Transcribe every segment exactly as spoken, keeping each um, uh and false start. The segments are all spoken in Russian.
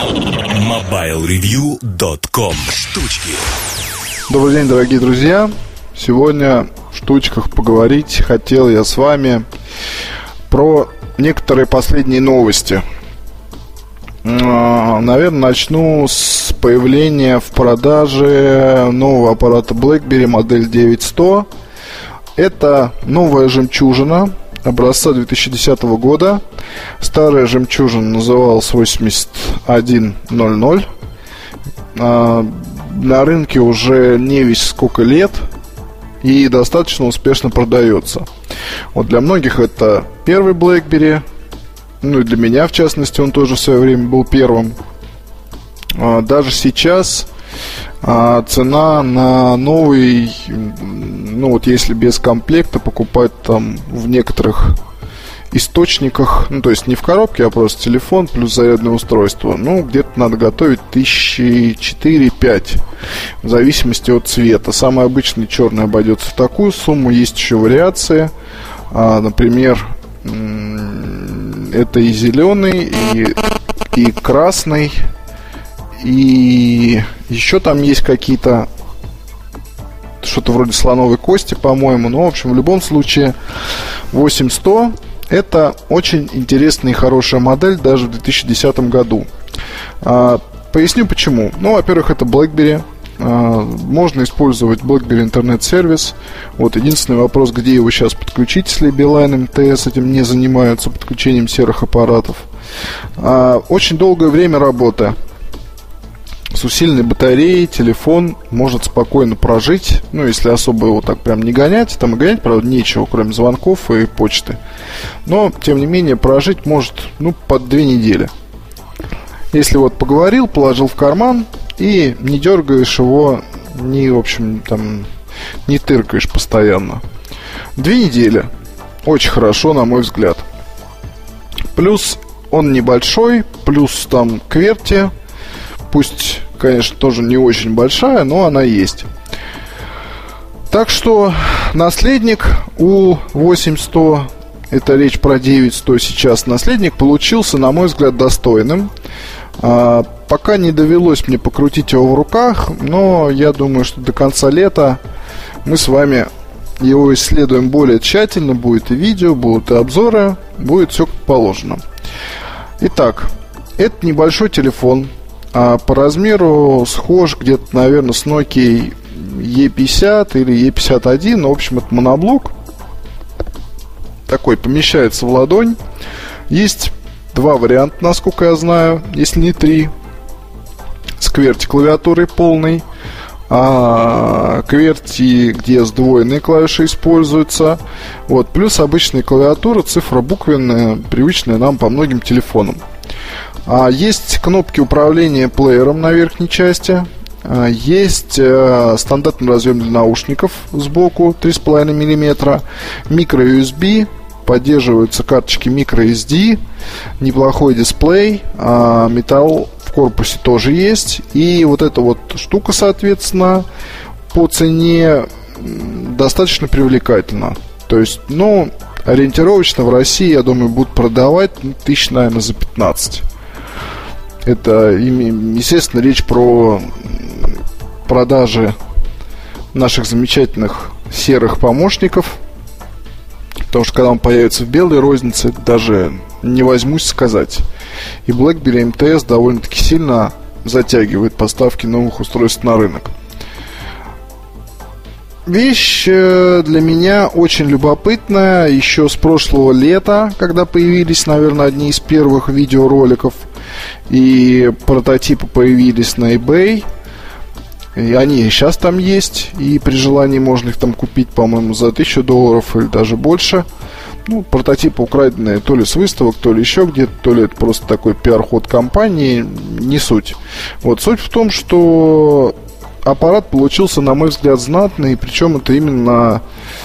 мобайл ревью точка ком. Штучки. Добрый день, дорогие друзья. Сегодня в штучках поговорить хотел я с вами про некоторые последние новости. Наверное, начну с появления в продаже нового аппарата BlackBerry модель девять сто. Это новая жемчужина образца две тысячи десятого года. Старая жемчужина называлась восемьдесят один ноль ноль. На рынке уже не весь сколько лет и достаточно успешно продается. Вот для многих это первый BlackBerry. Ну и для меня, в частности, он тоже в свое время был первым. Даже сейчас цена на новый, ну вот если без комплекта покупать там в некоторых источниках, ну то есть не в коробке, а просто телефон плюс зарядное устройство, ну где-то надо готовить тысячи четыре-пять в зависимости от цвета. Самый обычный черный обойдется в такую сумму. Есть еще вариации, например, это и зеленый, и, и красный, и еще там есть какие-то, что-то вроде слоновой кости, по-моему. Но, в общем, в любом случае восемь сто это очень интересная и хорошая модель даже в две тысячи десятом году. а, Поясню почему. Ну, во-первых, это BlackBerry. а, Можно использовать BlackBerry интернет-сервис. Вот единственный вопрос, где его сейчас подключить, если Билайн, эм тэ эс этим не занимаются, подключением серых аппаратов. а, Очень долгое время работы. С усиленной батареей телефон может спокойно прожить. Ну, если особо его так прям не гонять. Там и гонять, правда, нечего, кроме звонков и почты. Но, тем не менее, прожить может, ну, под две недели. Если вот поговорил, положил в карман и не дергаешь его, не, в общем, там, не тыркаешь постоянно. Две недели. Очень хорошо, на мой взгляд. Плюс он небольшой, плюс там QWERTY. Пусть, конечно, тоже не очень большая, но она есть. Так что наследник у восемь сто, это речь про девять сто сейчас, наследник получился, на мой взгляд, достойным. а, Пока не довелось мне покрутить его в руках, но я думаю, что до конца лета мы с вами его исследуем более тщательно. Будет и видео, будут и обзоры, будет все как положено. Итак, это небольшой телефон. А по размеру схож где-то, наверное, с Nokia и пятьдесят или и пятьдесят один. Ну, в общем, это моноблок. Такой, помещается в ладонь. Есть два варианта, насколько я знаю, если не три. С QWERTY клавиатурой полной. А QWERTY, где сдвоенные клавиши используются. Вот, плюс обычная клавиатура, цифробуквенная, привычная нам по многим телефонам. А есть кнопки управления плеером на верхней части. а Есть э, стандартный разъем для наушников сбоку три с половиной миллиметра. Микро-ю эс би. Поддерживаются карточки микро эс ди. Неплохой дисплей. а Металл в корпусе тоже есть. И вот эта вот штука, соответственно, по цене достаточно привлекательна. То есть, ну, ориентировочно в России, я думаю, будут продавать ну, тысяч, наверное, за пятнадцать. Это, естественно, речь про продажи наших замечательных серых помощников. Потому что когда он появится в белой рознице, даже не возьмусь сказать. И BlackBerry эм тэ эс довольно-таки сильно затягивает поставки новых устройств на рынок. Вещь для меня очень любопытная. Еще с прошлого лета, когда появились, наверное, одни из первых видеороликов, и прототипы появились на eBay. И они сейчас там есть. И при желании можно их там купить, по-моему, за тысячу долларов или даже больше. Ну, прототипы украденные то ли с выставок, то ли еще где-то, то ли это просто такой пиар-ход компании. Не суть. Вот, суть в том, что аппарат получился, на мой взгляд, знатный. Причем это именно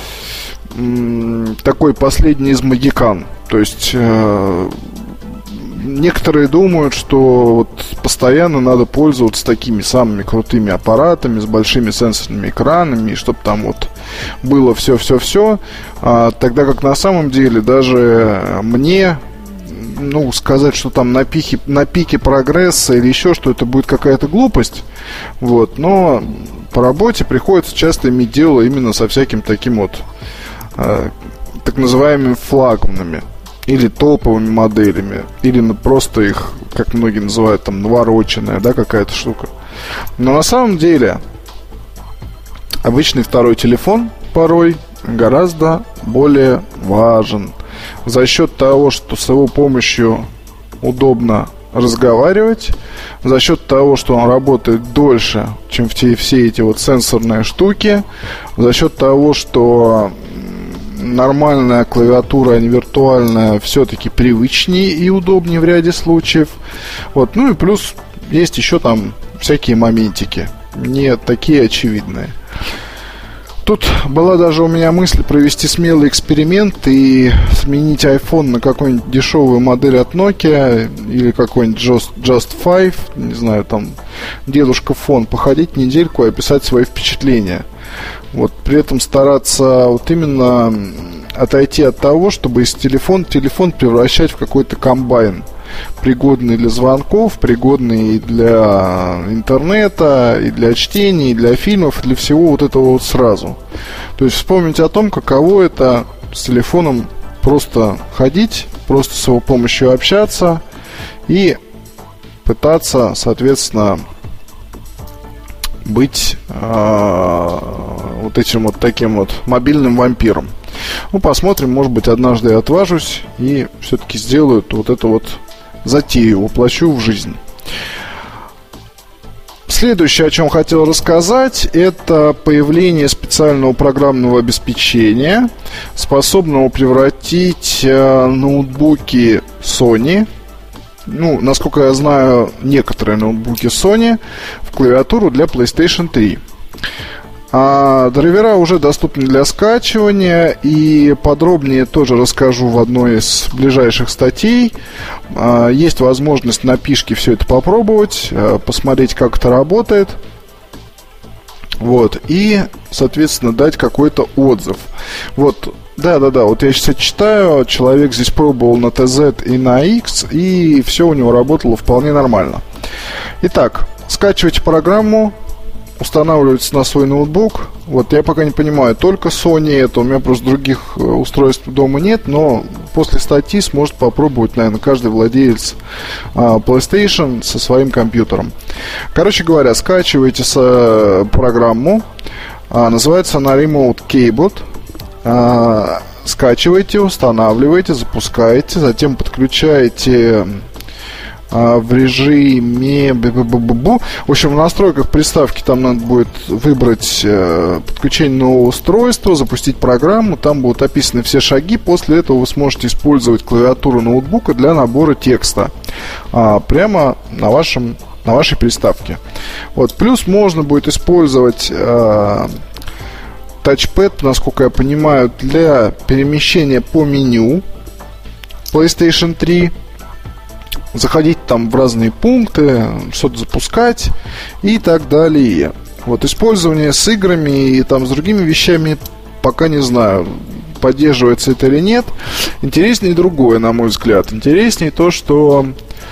м- такой последний из магикан. То есть э- некоторые думают, что вот постоянно надо пользоваться такими самыми крутыми аппаратами с большими сенсорными экранами, и чтобы там вот было все-все-все, а, тогда как на самом деле даже мне ну, сказать, что там на пике, на пике прогресса или еще что, это будет какая-то глупость. Вот, но по работе приходится часто иметь дело именно со всяким таким вот э, так называемыми флагманами или топовыми моделями, или ну, просто их, как многие называют, там, навороченная, да, какая-то штука. Но на самом деле обычный второй телефон порой гораздо более важен за счет того, что с его помощью удобно разговаривать, за счет того, что он работает дольше, чем те, все эти вот сенсорные штуки, за счет того, что нормальная клавиатура, а не виртуальная, все-таки привычнее и удобнее в ряде случаев. Вот. Ну и плюс есть еще там всякие моментики, не такие очевидные. Тут была даже у меня мысль провести смелый эксперимент и сменить iPhone на какую-нибудь дешевую модель от Nokia или какой-нибудь Just, Just пять, не знаю, там дедушка фон, походить недельку и описать свои впечатления. Вот, при этом стараться вот именно отойти от того, чтобы из телефона телефон превращать в какой-то комбайн, пригодный для звонков, пригодный и для интернета, и для чтения, и для фильмов, и для всего вот этого вот сразу. То есть вспомнить о том, каково это с телефоном просто ходить, просто с его помощью общаться и пытаться, соответственно, быть э, вот этим вот таким вот мобильным вампиром. Ну, посмотрим, может быть, однажды я отважусь и все-таки сделаю вот эту вот затею, воплощу в жизнь. Следующее, о чем хотел рассказать, это появление специального программного обеспечения, способного превратить э, ноутбуки Sony, ну, насколько я знаю, некоторые ноутбуки Sony, в клавиатуру для PlayStation три. А драйвера уже доступны для скачивания, и подробнее тоже расскажу в одной из ближайших статей. а, Есть возможность на пишке все это попробовать, а, посмотреть, как это работает. Вот, и, соответственно, дать какой-то отзыв. Вот, да-да-да, вот я сейчас читаю, человек здесь пробовал на ти зет и на X, и все у него работало вполне нормально. Итак, скачивайте программу, устанавливается на свой ноутбук. Вот, я пока не понимаю, только Sony это, у меня просто других устройств дома нет, но после статьи сможет попробовать, наверное, каждый владелец а, PlayStation со своим компьютером. Короче говоря, скачивайте с, а, программу, а, называется она Remote Keyboard. а, Скачиваете, устанавливаете, запускаете, затем подключаете в режиме бу-бу-бу-бу. В общем, в настройках приставки там надо будет выбрать э, подключение нового устройства, запустить программу, там будут описаны все шаги. После этого вы сможете использовать клавиатуру ноутбука для набора текста а, прямо на вашем, на вашей приставке. Вот. Плюс можно будет использовать э, тачпэд, насколько я понимаю, для перемещения по меню PlayStation три. Заходить там в разные пункты, что-то запускать и так далее. Вот, использование с играми и там с другими вещами пока не знаю, поддерживается это или нет. Интереснее другое, на мой взгляд. Интереснее то, что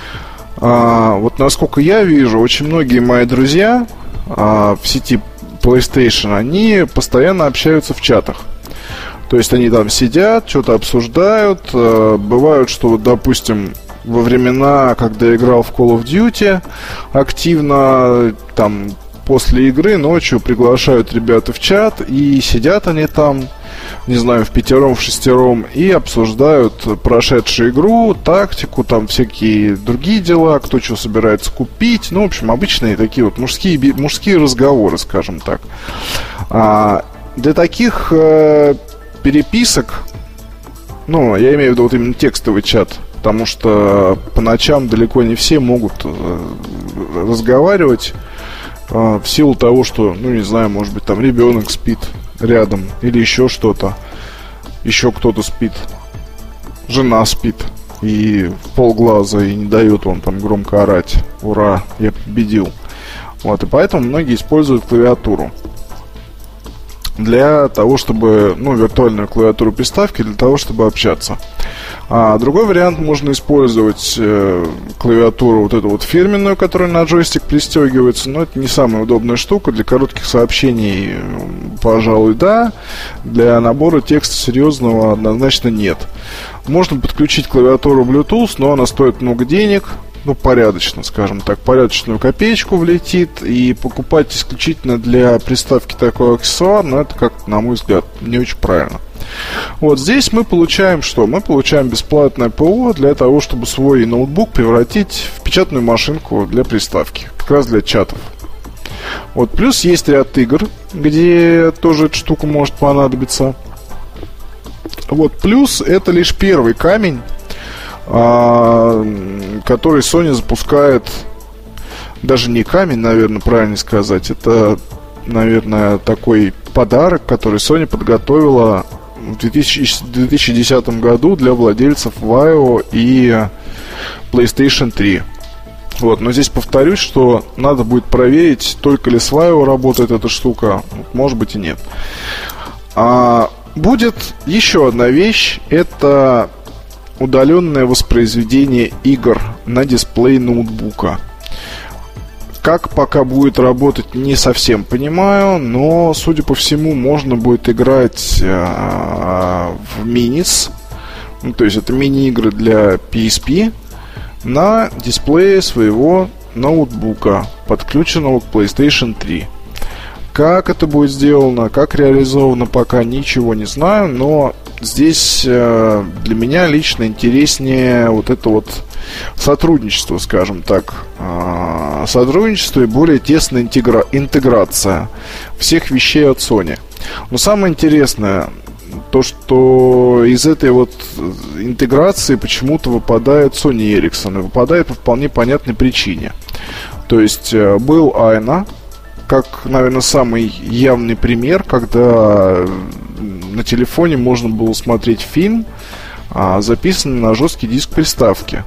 а, вот насколько я вижу, очень многие мои друзья а, в сети PlayStation, они постоянно общаются в чатах. То есть они там сидят, что-то обсуждают. а, Бывают, что, вот, допустим, во времена, когда я играл в Call of Duty активно, там, после игры ночью приглашают ребята в чат, и сидят они там, не знаю, в пятером, в шестером, и обсуждают прошедшую игру, тактику, там, всякие другие дела, кто что собирается купить. Ну, в общем, обычные такие вот мужские, мужские разговоры, скажем так. А для таких э, переписок, ну, я имею в виду вот именно текстовый чат, потому что по ночам далеко не все могут э, разговаривать э, в силу того, что, ну, не знаю, может быть, там ребенок спит рядом или еще что-то, еще кто-то спит, жена спит и в полглаза, и не дает вам там громко орать: «Ура, я победил!» Вот, и поэтому многие используют клавиатуру. для того, чтобы, ну, виртуальную клавиатуру приставки для того, чтобы общаться. А другой вариант, можно использовать э, клавиатуру вот эту вот фирменную, которая на джойстик пристегивается, но это не самая удобная штука. Для коротких сообщений, пожалуй, да. Для набора текста серьезного однозначно нет. Можно подключить клавиатуру Bluetooth, но она стоит много денег. Ну, порядочно, скажем так, порядочную копеечку влетит. И покупать исключительно для приставки такой аксессуар, ну, это как-то, на мой взгляд, не очень правильно. Вот здесь мы получаем что? Мы получаем бесплатное ПО для того, чтобы свой ноутбук превратить в печатную машинку для приставки, как раз для чатов. Вот, плюс есть ряд игр, где тоже эта штука может понадобиться. Вот, плюс это лишь первый камень, который Sony запускает. Даже не камень, наверное, правильно сказать. Это, наверное, такой подарок, который Sony подготовила в две тысячи десятом году для владельцев Vaio и PlayStation три. Вот, но здесь повторюсь, что надо будет проверить, только ли с Vaio работает эта штука. Может быть и нет. А будет еще одна вещь. Это удаленное воспроизведение игр на дисплей ноутбука. Как пока будет работать, не совсем понимаю, но, судя по всему, можно будет играть э, в минис, ну, то есть это мини-игры для пи эс пи, на дисплее своего ноутбука, подключенного к PlayStation три. Как это будет сделано, как реализовано, пока ничего не знаю, но здесь э, для меня лично интереснее вот это вот сотрудничество, скажем так, э, сотрудничество и более тесная интегра- интеграция всех вещей от Sony. Но самое интересное, то, что из этой вот интеграции почему-то выпадает Sony Ericsson, и выпадает по вполне понятной причине. То есть э, был Айна, как, наверное, самый явный пример, когда на телефоне можно было смотреть фильм, а, записанный на жесткий диск приставки.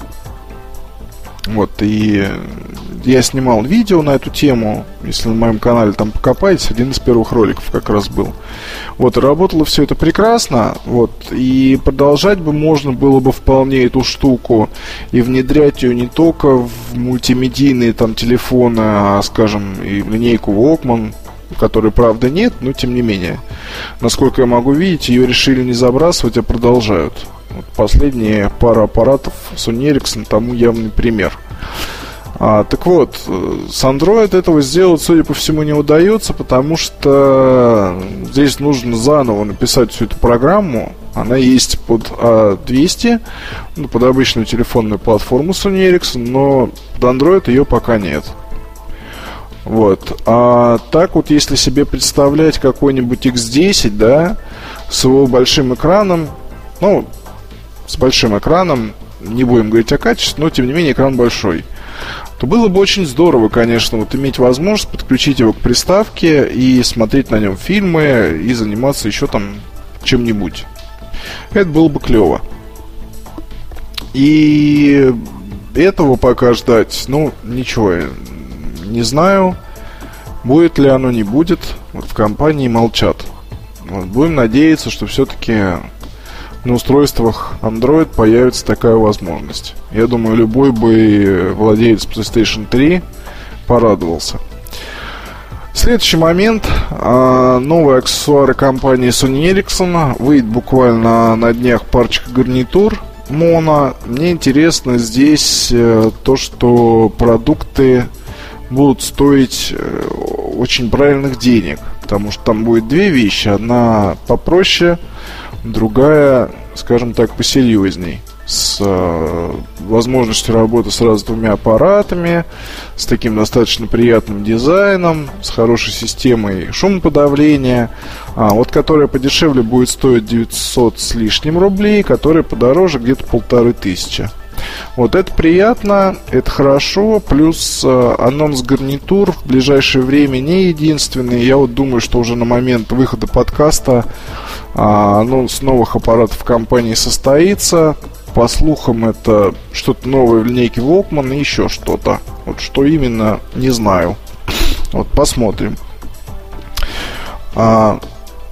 Вот, и я снимал видео на эту тему. Если на моем канале там покопаетесь, один из первых роликов как раз был. Вот, и работало все это прекрасно. Вот, и продолжать бы можно было бы вполне эту штуку и внедрять ее не только в мультимедийные там телефоны, а, скажем, и в линейку Walkman, которой, правда, нет, но тем не менее. Насколько я могу видеть, ее решили не забрасывать, а продолжают. Вот последние пара аппаратов Sony Ericsson тому явный пример. А, так вот, с Android этого сделать, судя по всему, не удается, потому что здесь нужно заново написать всю эту программу. Она есть под а двести, ну, под обычную телефонную платформу Sony Ericsson, но под Android ее пока нет. Вот. А так вот, если себе представлять какой-нибудь икс десять, да, с его большим экраном, ну, с большим экраном, не будем говорить о качестве, но тем не менее экран большой, то было бы очень здорово, конечно, вот иметь возможность подключить его к приставке и смотреть на нем фильмы и заниматься еще там чем-нибудь. Это было бы клево. И этого пока ждать, ну, ничего, не знаю, будет ли оно, не будет. Вот в компании молчат. Вот, будем надеяться, что все-таки на устройствах Android появится такая возможность. Я думаю, любой бы владелец PlayStation три порадовался. Следующий момент. Новые аксессуары компании Sony Ericsson. Выйдет буквально на днях парочка гарнитур моно. Мне интересно здесь то, что продукты будут стоить очень правильных денег. Потому что там будет две вещи. Одна попроще, другая, скажем так, посерьезней. С э, возможностью работы сразу с двумя аппаратами, с таким достаточно приятным дизайном, с хорошей системой шумоподавления. А, вот которая подешевле будет стоить девятьсот с лишним рублей, которая подороже где-то полторы тысячи. Вот это приятно, это хорошо. Плюс э, анонс гарнитур в ближайшее время не единственный. Я вот думаю, что уже на момент выхода подкаста э, анонс новых аппаратов компании состоится. По слухам, это что-то новое в линейке Walkman и еще что-то. Вот что именно, не знаю. Вот посмотрим. А,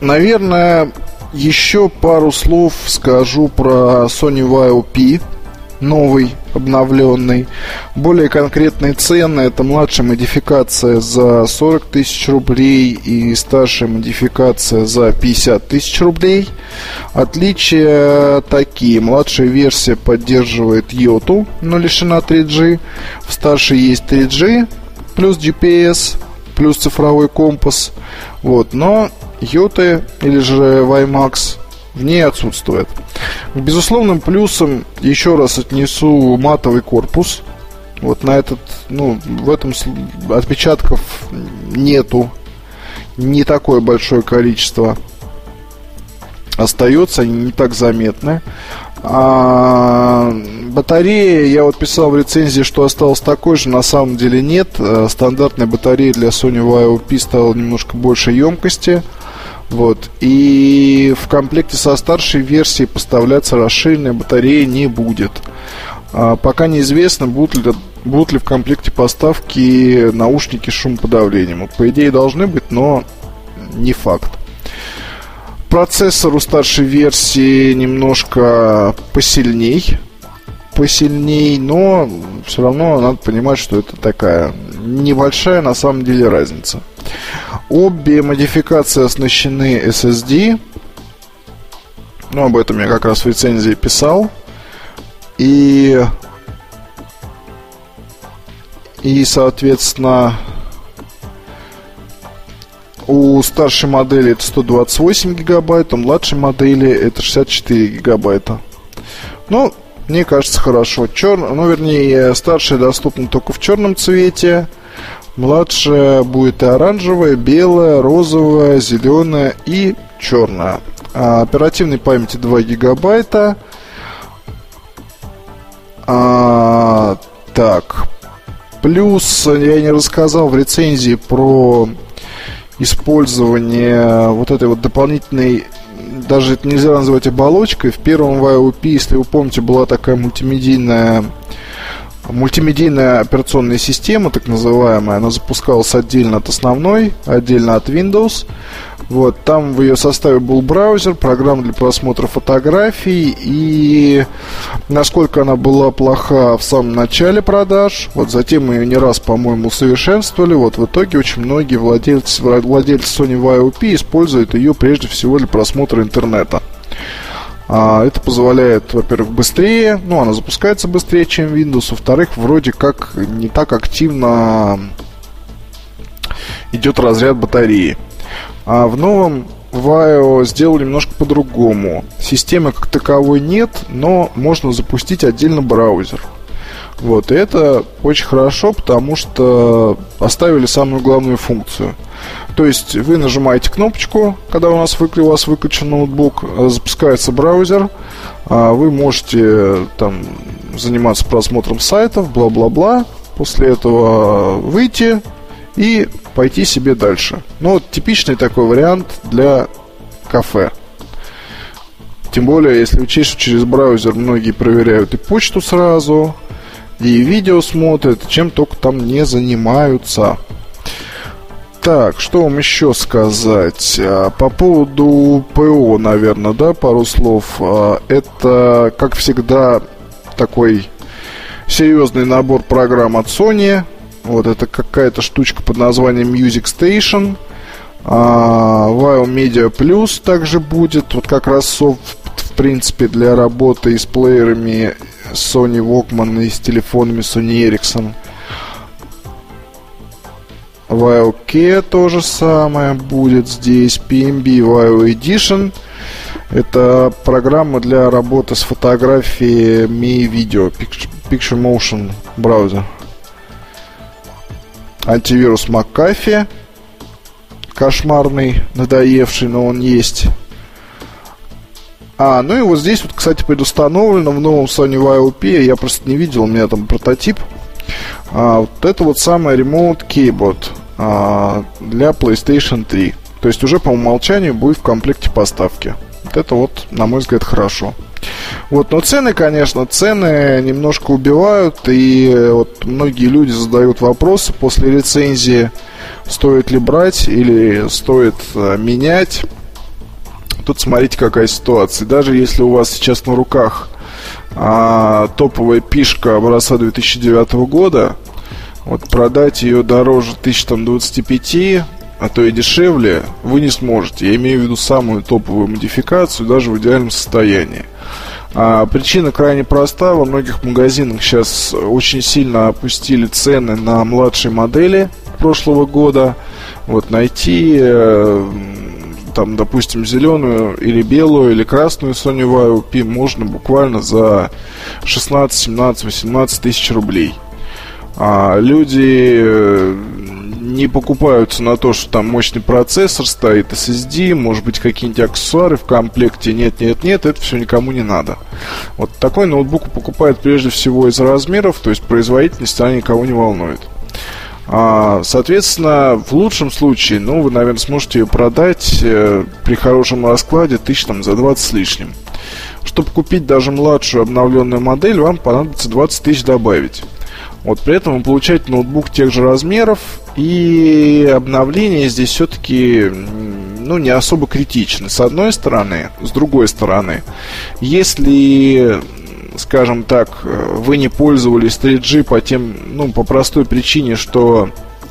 наверное, еще пару слов скажу про Sony Vaio P, новый, обновленный. Более конкретные цены: это младшая модификация за сорок тысяч рублей и старшая модификация за пятьдесят тысяч рублей. Отличия такие: младшая версия поддерживает йоту, но лишена три джи. В старшей есть три джи плюс джи пи эс плюс цифровой компас. Вот, но йоты или же WiMAX в ней отсутствует. К безусловным плюсам еще раз отнесу матовый корпус. Вот на этот, ну, в этом отпечатков нету, не такое большое количество остается, они не так заметны. А батарея, я вот писал в рецензии, что осталась такой же, на самом деле нет. Стандартная батарея для Sony Vaio P стала немножко больше емкости. Вот. И в комплекте со старшей версией поставляться расширенная батарея не будет. А пока неизвестно, будут ли, будут ли в комплекте поставки наушники с шумоподавлением. Вот, по идее, должны быть, но не факт. Процессор у старшей версии немножко посильней, посильней, но все равно надо понимать, что это такая небольшая на самом деле разница. Обе модификации оснащены эс эс ди. Ну, об этом я как раз в рецензии писал. И, и соответственно, у старшей модели это сто двадцать восемь гигабайт, у младшей модели это шестьдесят четыре гигабайта. Ну, мне кажется, хорошо. Чер... Ну, вернее, старшая доступна только в черном цвете. Младшая будет и оранжевая, белая, розовая, зеленая и черная. А оперативной памяти два гигабайта. А, так. Плюс я не рассказал в рецензии про использование вот этой вот дополнительной, даже это нельзя назвать оболочкой. В первом Vaio P, если вы помните, была такая мультимедийная Мультимедийная операционная система, так называемая. Она запускалась отдельно от основной, отдельно от Windows. Вот, там в ее составе был браузер, программа для просмотра фотографий. И насколько она была плоха в самом начале продаж, вот затем мы ее не раз, по-моему, усовершенствовали. Вот в итоге очень многие владельцы, владельцы Sony Vaio P используют ее прежде всего для просмотра интернета. Это позволяет, во-первых, быстрее, ну, она запускается быстрее, чем Windows. Во-вторых, вроде как не так активно идет разряд батареи. А в новом Vaio сделали немножко по-другому. Системы как таковой нет, но можно запустить отдельно браузер. Вот, и это очень хорошо, потому что оставили самую главную функцию. То есть вы нажимаете кнопочку, когда у нас у вас выключен ноутбук, запускается браузер, вы можете там заниматься просмотром сайтов, бла-бла-бла. После этого выйти и пойти себе дальше. Ну вот типичный такой вариант для кафе. Тем более, если учесть, что через браузер многие проверяют и почту сразу, и видео смотрят, чем только там не занимаются. Так, что вам еще сказать? По поводу ПО, наверное, да, пару слов. Это, как всегда, такой серьезный набор программ от Sony. Вот это какая-то штучка под названием Music Station. Vaio Media Plus также будет. Вот как раз софт, в принципе, для работы с плеерами Sony Walkman и с телефонами Sony Ericsson. Vaio K то же самое будет здесь. пи эм би Vaio Edition. Это программа для работы с фотографиями и видео. Picture Motion браузер. Антивирус McAfee. Кошмарный, надоевший, но он есть. А, ну и вот здесь вот, кстати, предустановлено в новом Sony Vaio P. Я просто не видел, у меня там прототип. А, вот это вот самое Remote Keyboard а, для PlayStation три. То есть уже по умолчанию будет в комплекте поставки. Вот это вот, на мой взгляд, хорошо. Вот, но цены, конечно, цены немножко убивают. И вот многие люди задают вопросы после рецензии, стоит ли брать или стоит а, менять. Тут смотрите, какая ситуация. Даже если у вас сейчас на руках а, топовая пишка образца две тысячи девятого года, вот продать ее дороже тысяч двадцати пяти, а то и дешевле, вы не сможете. Я имею в виду самую топовую модификацию, даже в идеальном состоянии. А причина крайне проста. Во многих магазинах сейчас очень сильно опустили цены на младшие модели прошлого года. Вот найти, э, там, допустим, зеленую или белую или красную Sony вай о пи можно буквально за шестнадцать, семнадцать, восемнадцать тысяч рублей. А люди не покупаются на то, что там мощный процессор стоит, эс эс ди, может быть, какие-нибудь аксессуары в комплекте. Нет, нет, нет, это все никому не надо. Вот такой ноутбук покупают прежде всего из-за размеров, то есть производительность, она никого не волнует. а, Соответственно, в лучшем случае, ну, вы, наверное, сможете ее продать э, при хорошем раскладе тысяч там за двадцать с лишним. Чтобы купить даже младшую обновленную модель, вам понадобится двадцать тысяч добавить. Вот, при этом вы получаете ноутбук тех же размеров, и обновление здесь все-таки, ну, не особо критично. С одной стороны, с другой стороны, если, скажем так, вы не пользовались три джи по тем, ну, по простой причине, что,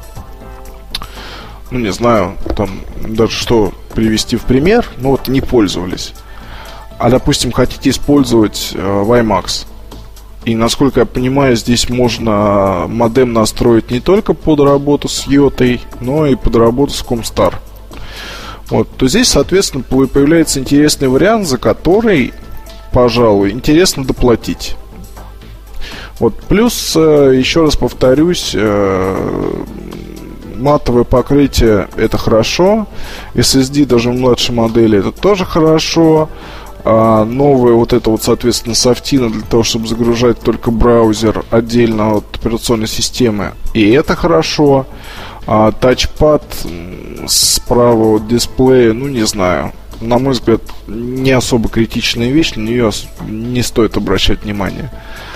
ну, не знаю, там даже что привести в пример, ну, вот не пользовались, а, допустим, хотите использовать э, WiMAX. И, насколько я понимаю, здесь можно модем настроить не только под работу с йотой, но и под работу с Comstar. Вот, то здесь, соответственно, появляется интересный вариант, за который, пожалуй, интересно доплатить. Вот, плюс, еще раз повторюсь, матовое покрытие — это хорошо, эс эс ди даже в младшей модели — это тоже хорошо. А новая вот это вот, соответственно, софтина для того, чтобы загружать только браузер отдельно от операционной системы, и это хорошо. А тачпад справа от дисплея, ну, не знаю, на мой взгляд, не особо критичная вещь, на нее не стоит обращать внимание.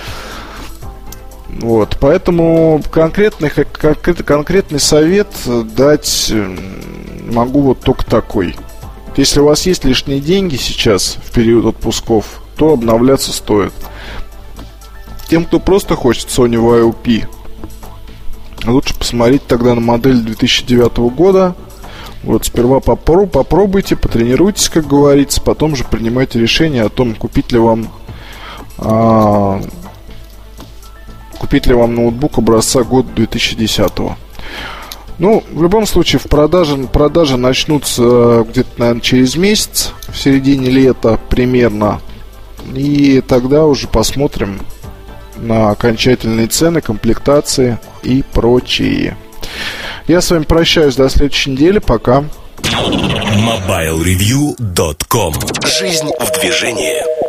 Вот, поэтому конкретный, конкретный совет дать могу вот только такой. Если у вас есть лишние деньги сейчас в период отпусков, то обновляться стоит. Тем, кто просто хочет Sony вай о пи, лучше посмотреть тогда на модель две тысячи девятого года. Вот, сперва попро- попробуйте, потренируйтесь, как говорится, потом же принимайте решение о том, купить ли вам а- купить ли вам ноутбук образца года две тысячи десятого. Ну, в любом случае, в продаже, продажи начнутся где-то, наверное, через месяц, в середине лета примерно. И тогда уже посмотрим на окончательные цены, комплектации и прочее. Я с вами прощаюсь до следующей недели. Пока. мобайл ревью точка ком. Жизнь в движении.